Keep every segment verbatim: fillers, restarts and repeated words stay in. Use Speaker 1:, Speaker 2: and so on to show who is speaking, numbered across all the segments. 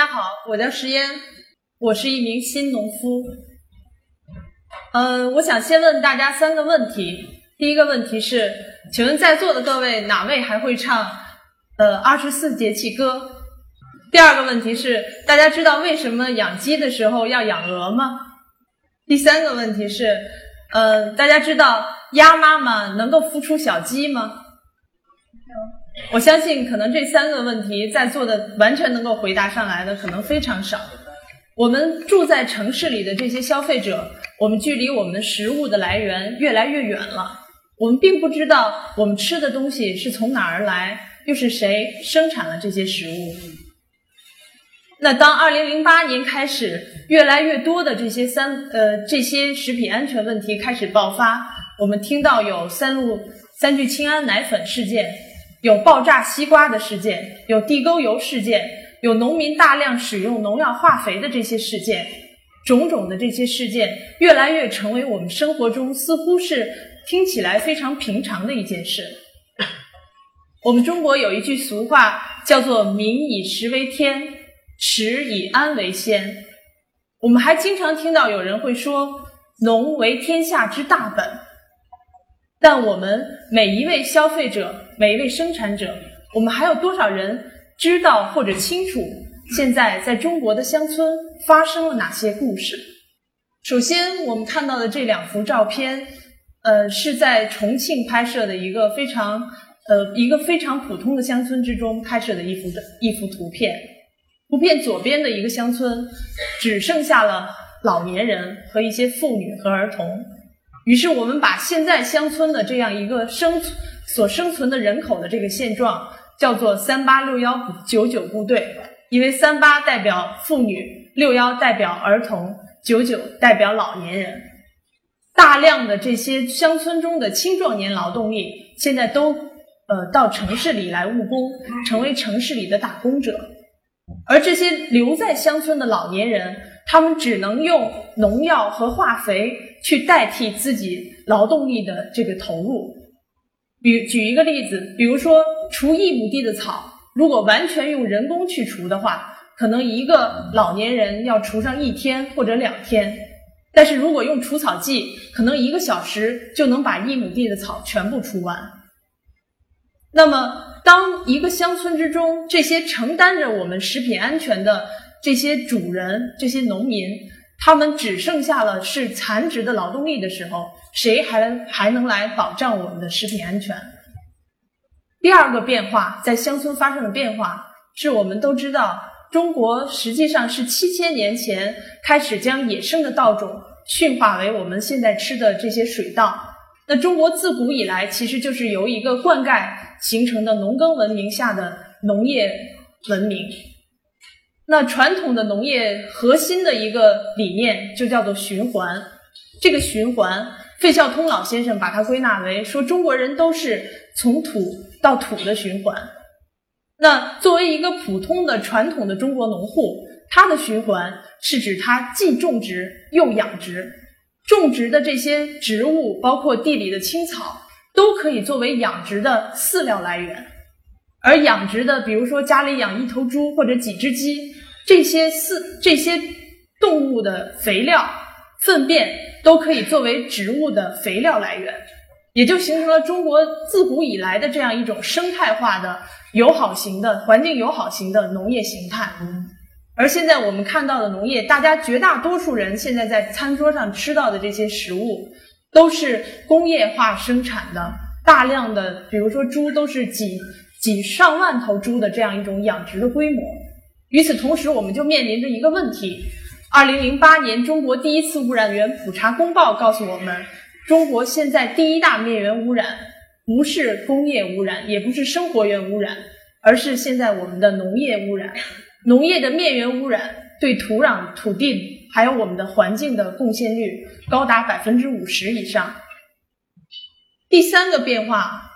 Speaker 1: 好，我叫石嫣，我是一名新农夫。嗯、呃，我想先问大家三个问题。第一个问题是，请问在座的各位哪位还会唱呃二十四节气歌？第二个问题是，大家知道为什么养鸡的时候要养鹅吗？第三个问题是，呃，大家知道鸭妈妈能够孵出小鸡吗？我相信可能这三个问题在座的完全能够回答上来的可能非常少。我们住在城市里的这些消费者，我们距离我们食物的来源越来越远了。我们并不知道我们吃的东西是从哪儿来，又是谁生产了这些食物。那当二零零八年开始，越来越多的这些三呃这些食品安全问题开始爆发，我们听到有三鹿三聚氰胺奶粉事件，有爆炸西瓜的事件，有地沟油事件，有农民大量使用农药化肥的这些事件，种种的这些事件越来越成为我们生活中似乎是听起来非常平常的一件事。我们中国有一句俗话叫做民以食为天，食以安为先。我们还经常听到有人会说农为天下之大本，但我们每一位消费者，每一位生产者，我们还有多少人知道或者清楚现在在中国的乡村发生了哪些故事？首先我们看到的这两幅照片呃，是在重庆拍摄的一个非常呃一个非常普通的乡村之中拍摄的一幅的一幅图片。图片左边的一个乡村只剩下了老年人和一些妇女和儿童。于是我们把现在乡村的这样一个生所生存的人口的这个现状叫做三八六幺九九部队，因为三八代表妇女，六幺代表儿童，九九代表老年人。大量的这些乡村中的青壮年劳动力现在都呃到城市里来务工，成为城市里的打工者。而这些留在乡村的老年人，他们只能用农药和化肥去代替自己劳动力的这个投入。比举一个例子，比如说除一亩地的草，如果完全用人工去除的话，可能一个老年人要除上一天或者两天。但是如果用除草剂，可能一个小时就能把一亩地的草全部除完。那么当一个乡村之中，这些承担着我们食品安全的这些主人，这些农民，他们只剩下了是残值的劳动力的时候，谁还还能来保障我们的食品安全？第二个变化，在乡村发生的变化，是我们都知道中国实际上是七千年前开始将野生的稻种驯化为我们现在吃的这些水稻。那中国自古以来其实就是由一个灌溉形成的农耕文明下的农业文明。那传统的农业核心的一个理念就叫做循环。这个循环，费孝通老先生把它归纳为说中国人都是从土到土的循环。那作为一个普通的传统的中国农户，他的循环是指他既种植又养殖。种植的这些植物，包括地里的青草，都可以作为养殖的饲料来源。而养殖的，比如说家里养一头猪或者几只鸡，这些饲这些动物的肥料、粪便都可以作为植物的肥料来源，也就形成了中国自古以来的这样一种生态化的友好型的环境友好型的农业形态。而现在我们看到的农业，大家绝大多数人现在在餐桌上吃到的这些食物都是工业化生产的，大量的比如说猪都是几几上万头猪的这样一种养殖的规模。与此同时，我们就面临着一个问题，二零零八年中国第一次污染源普查公报告诉我们，中国现在第一大灭源污染不是工业污染，也不是生活源污染，而是现在我们的农业污染。农业的灭源污染对土壤、土地还有我们的环境的贡献率高达 百分之五十 以上。第三个变化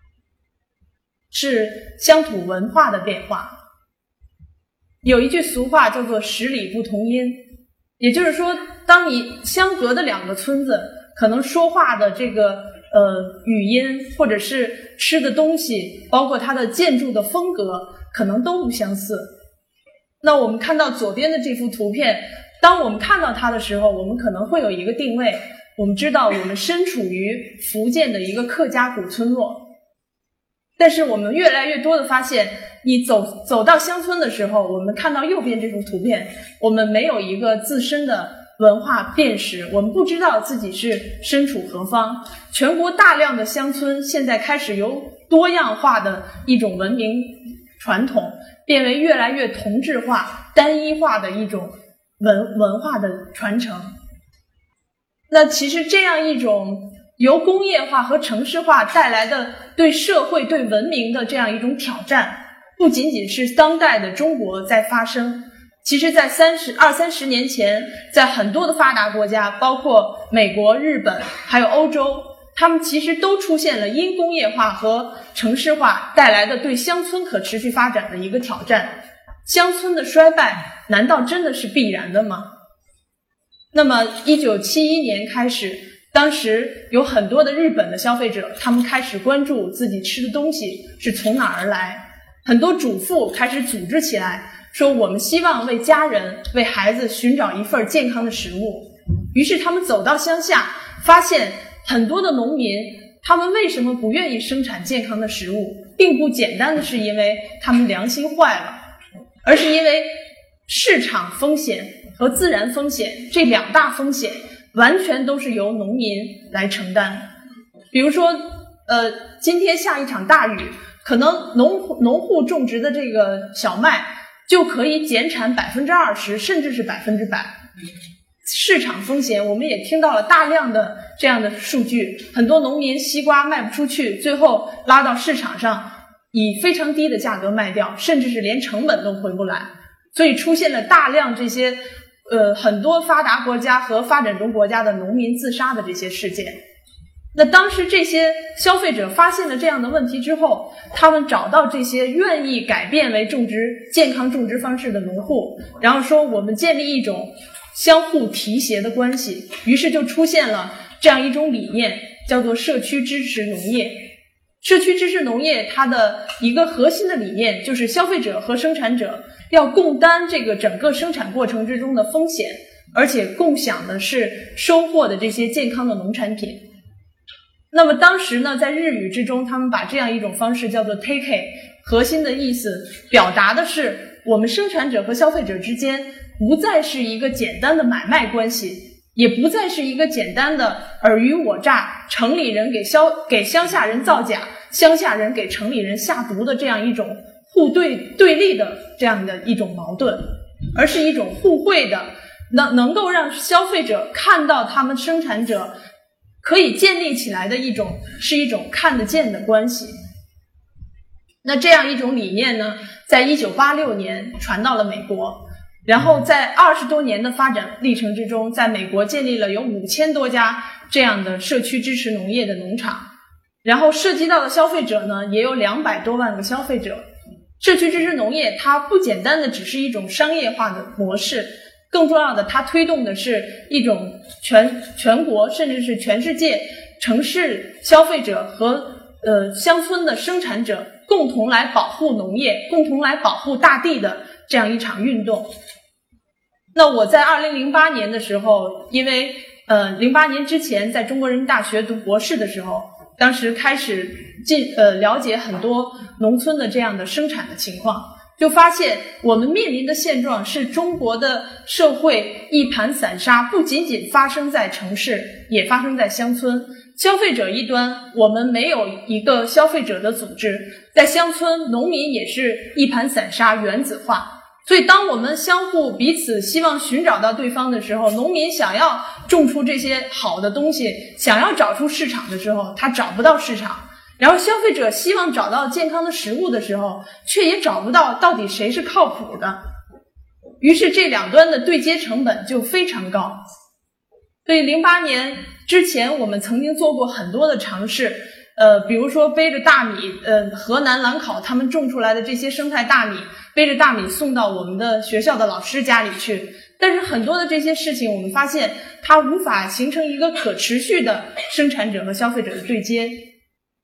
Speaker 1: 是乡土文化的变化。有一句俗话叫做十里不同音，也就是说，当你相隔的两个村子可能说话的这个呃语音，或者是吃的东西，包括它的建筑的风格，可能都不相似。 那我们看到左边的这幅图片，当我们看到它的时候，我们可能会有一个定位，我们知道我们身处于福建的一个客家古村落。但是我们越来越多的发现，你走走到乡村的时候，我们看到右边这幅图片，我们没有一个自身的文化辨识，我们不知道自己是身处何方。全国大量的乡村现在开始由多样化的一种文明传统变为越来越同质化、单一化的一种文文化的传承。那其实这样一种由工业化和城市化带来的对社会、对文明的这样一种挑战，不仅仅是当代的中国在发生，其实在三十二三十年前，在很多的发达国家，包括美国、日本还有欧洲，他们其实都出现了因工业化和城市化带来的对乡村可持续发展的一个挑战。乡村的衰败难道真的是必然的吗？那么一九七一年开始，当时有很多的日本的消费者，他们开始关注自己吃的东西是从哪而来，很多主妇开始组织起来，说我们希望为家人、为孩子寻找一份健康的食物。于是他们走到乡下，发现很多的农民，他们为什么不愿意生产健康的食物，并不简单的是因为他们良心坏了，而是因为市场风险和自然风险这两大风险完全都是由农民来承担。比如说呃，今天下一场大雨，可能农农户种植的这个小麦就可以减产 百分之二十 甚至是 百分之百。 市场风险我们也听到了大量的这样的数据，很多农民西瓜卖不出去，最后拉到市场上以非常低的价格卖掉，甚至是连成本都回不来。所以出现了大量这些呃很多发达国家和发展中国家的农民自杀的这些事件。那当时这些消费者发现了这样的问题之后，他们找到这些愿意改变为种植健康种植方式的农户，然后说我们建立一种相互提携的关系，于是就出现了这样一种理念，叫做社区支持农业。社区支持农业它的一个核心的理念就是消费者和生产者要共担这个整个生产过程之中的风险，而且共享的是收获的这些健康的农产品。那么当时呢，在日语之中，他们把这样一种方式叫做 take， 核心的意思表达的是我们生产者和消费者之间不再是一个简单的买卖关系，也不再是一个简单的尔虞我诈，城里人给乡给乡下人造假，乡下人给城里人下毒的这样一种互对对立的这样的一种矛盾，而是一种互惠的，能能够让消费者看到他们生产者可以建立起来的一种是一种看得见的关系。那这样一种理念呢，在一九八六年传到了美国，然后在二十多年的发展历程之中，在美国建立了有五千多家这样的社区支持农业的农场，然后涉及到的消费者呢也有两百多万个消费者。社区支持农业它不简单的只是一种商业化的模式，更重要的它推动的是一种全全国甚至是全世界城市消费者和呃乡村的生产者共同来保护农业，共同来保护大地的这样一场运动。那我在二零零八年的时候，因为呃零八年之前在中国人民大学读博士的时候，当时开始进呃了解很多农村的这样的生产的情况，就发现我们面临的现状是中国的社会一盘散沙，不仅仅发生在城市，也发生在乡村。消费者一端，我们没有一个消费者的组织，在乡村农民也是一盘散沙，原子化。所以当我们相互彼此希望寻找到对方的时候，农民想要种出这些好的东西，想要找出市场的时候，他找不到市场，然后消费者希望找到健康的食物的时候，却也找不到到底谁是靠谱的，于是这两端的对接成本就非常高。所以零八年之前我们曾经做过很多的尝试，呃，比如说背着大米，呃，河南兰考他们种出来的这些生态大米，背着大米送到我们的学校的老师家里去。但是很多的这些事情，我们发现它无法形成一个可持续的生产者和消费者的对接。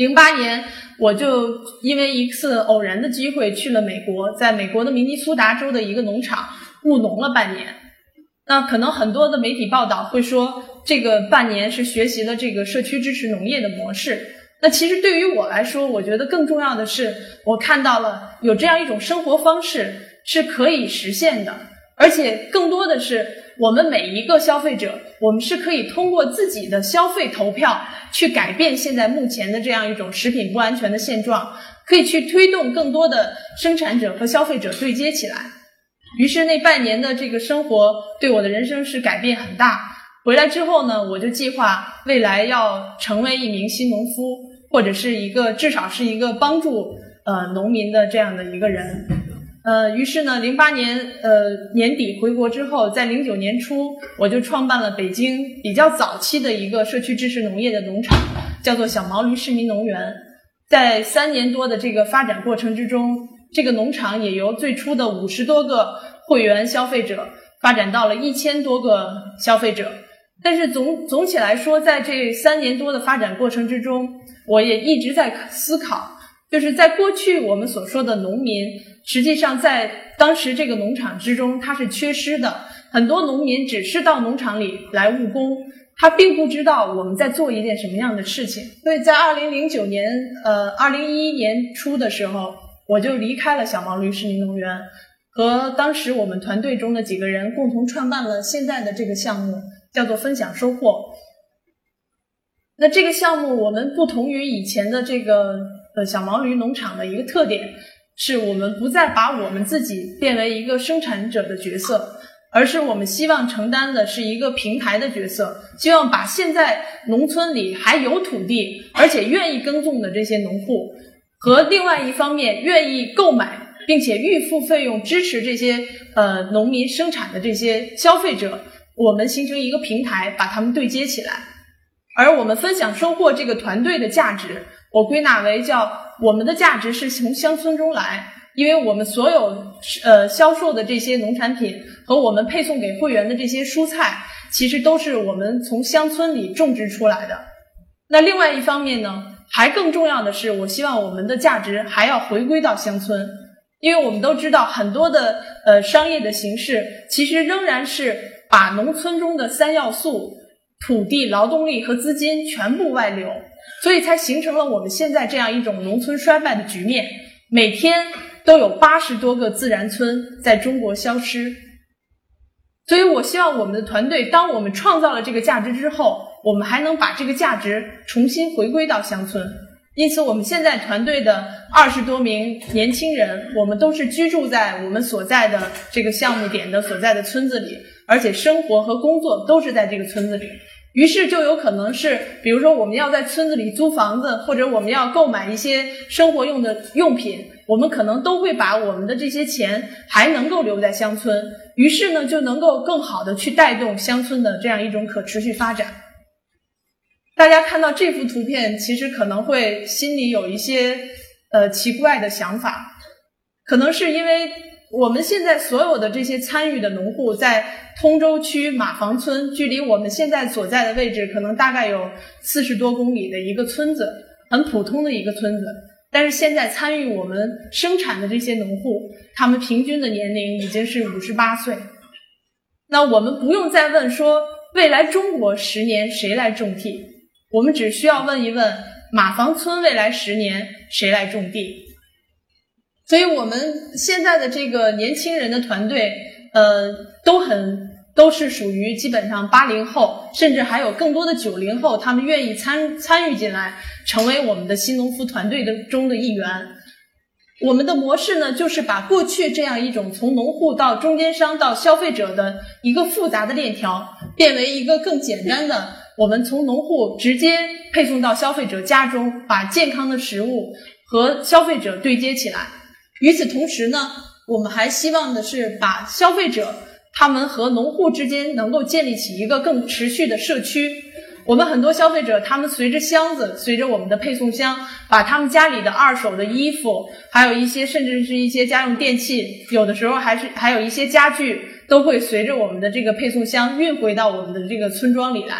Speaker 1: 零八年我就因为一次偶然的机会去了美国，在美国的明尼苏达州的一个农场务农了半年。那可能很多的媒体报道会说这个半年是学习了这个社区支持农业的模式，那其实对于我来说，我觉得更重要的是我看到了有这样一种生活方式是可以实现的，而且更多的是我们每一个消费者，我们是可以通过自己的消费投票去改变现在目前的这样一种食品不安全的现状，可以去推动更多的生产者和消费者对接起来。于是那半年的这个生活对我的人生是改变很大。回来之后呢，我就计划未来要成为一名新农夫，或者是一个至少是一个帮助呃农民的这样的一个人。呃，于是呢，零八年呃年底回国之后，在零九年初，我就创办了北京比较早期的一个社区支持农业的农场，叫做小毛驴市民农园。在三年多的这个发展过程之中，这个农场也由最初的五十多个会员消费者发展到了一千多个消费者。但是总总体来说，在这三年多的发展过程之中，我也一直在思考，就是在过去我们所说的农民，实际上在当时这个农场之中它是缺失的，很多农民只是到农场里来务工，他并不知道我们在做一件什么样的事情。所以在二零零九年呃二零一一年初的时候，我就离开了小毛驴市民农园，和当时我们团队中的几个人共同创办了现在的这个项目，叫做分享收获。那这个项目我们不同于以前的这个呃小毛驴农场的一个特点，是我们不再把我们自己变为一个生产者的角色，而是我们希望承担的是一个平台的角色，希望把现在农村里还有土地而且愿意耕种的这些农户，和另外一方面愿意购买并且预付费用支持这些呃农民生产的这些消费者，我们形成一个平台，把他们对接起来。而我们分享收获这个团队的价值，我归纳为叫我们的价值是从乡村中来，因为我们所有呃销售的这些农产品和我们配送给会员的这些蔬菜，其实都是我们从乡村里种植出来的。那另外一方面呢，还更重要的是，我希望我们的价值还要回归到乡村，因为我们都知道很多的呃商业的形式其实仍然是把农村中的三要素土地、劳动力和资金全部外流，所以才形成了我们现在这样一种农村衰败的局面，每天都有八十多个自然村在中国消失。所以我希望我们的团队，当我们创造了这个价值之后，我们还能把这个价值重新回归到乡村。因此我们现在团队的二十多名年轻人，我们都是居住在我们所在的这个项目点的所在的村子里，而且生活和工作都是在这个村子里。于是就有可能是，比如说我们要在村子里租房子，或者我们要购买一些生活用的用品，我们可能都会把我们的这些钱还能够留在乡村，于是呢就能够更好的去带动乡村的这样一种可持续发展。大家看到这幅图片，其实可能会心里有一些呃奇怪的想法，可能是因为我们现在所有的这些参与的农户在通州区马房村，距离我们现在所在的位置可能大概有四十多公里的一个村子，很普通的一个村子。但是现在参与我们生产的这些农户，他们平均的年龄已经是五十八岁。那我们不用再问说未来中国十年谁来种地，我们只需要问一问马房村未来十年谁来种地。所以我们现在的这个年轻人的团队呃，都很都是属于基本上八零后，甚至还有更多的九零后，他们愿意参参与进来，成为我们的新农夫团队的中的一员。我们的模式呢，就是把过去这样一种从农户到中间商到消费者的一个复杂的链条，变为一个更简单的，我们从农户直接配送到消费者家中，把健康的食物和消费者对接起来。与此同时呢，我们还希望的是把消费者他们和农户之间能够建立起一个更持续的社区。我们很多消费者，他们随着箱子，随着我们的配送箱，把他们家里的二手的衣服，还有一些甚至是一些家用电器，有的时候还是还有一些家具，都会随着我们的这个配送箱运回到我们的这个村庄里来。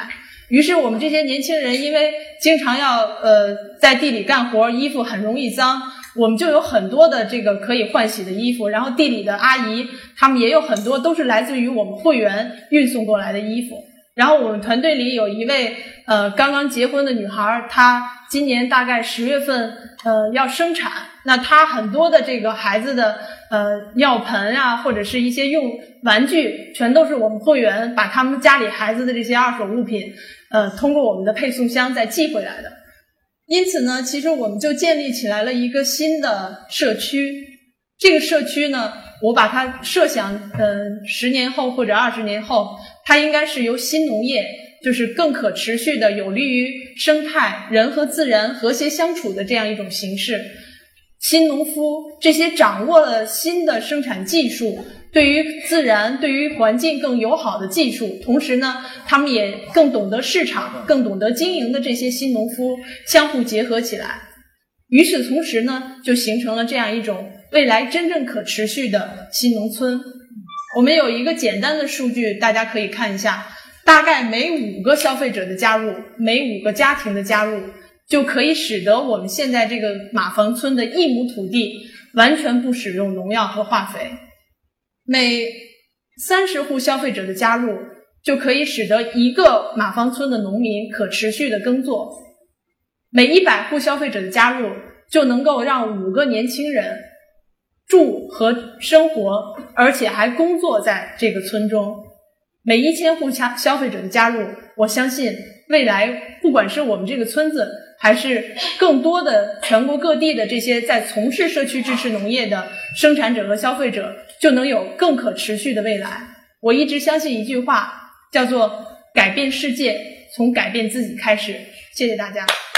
Speaker 1: 于是我们这些年轻人因为经常要呃在地里干活，衣服很容易脏，我们就有很多的这个可以换洗的衣服，然后地里的阿姨她们也有很多都是来自于我们会员运送过来的衣服。然后我们团队里有一位呃刚刚结婚的女孩，她今年大概十月份呃要生产，那她很多的这个孩子的呃尿盆啊，或者是一些用玩具，全都是我们会员把他们家里孩子的这些二手物品呃通过我们的配送箱再寄回来的。因此呢，其实我们就建立起来了一个新的社区。这个社区呢，我把它设想呃十年后或者二十年后，它应该是由新农业，就是更可持续的有利于生态人和自然和谐相处的这样一种形式。新农夫这些掌握了新的生产技术，对于自然对于环境更友好的技术，同时呢他们也更懂得市场更懂得经营的这些新农夫相互结合起来，与此同时呢就形成了这样一种未来真正可持续的新农村。我们有一个简单的数据大家可以看一下，大概每五个消费者的加入，每五个家庭的加入，就可以使得我们现在这个马房村的一亩土地完全不使用农药和化肥。每三十户消费者的加入，就可以使得一个马房村的农民可持续的耕作。每一百户消费者的加入，就能够让五个年轻人住和生活，而且还工作在这个村中。每一千户消费者的加入，我相信未来不管是我们这个村子，还是更多的全国各地的这些在从事社区支持农业的生产者和消费者，就能有更可持续的未来。我一直相信一句话，叫做改变世界从改变自己开始。谢谢大家。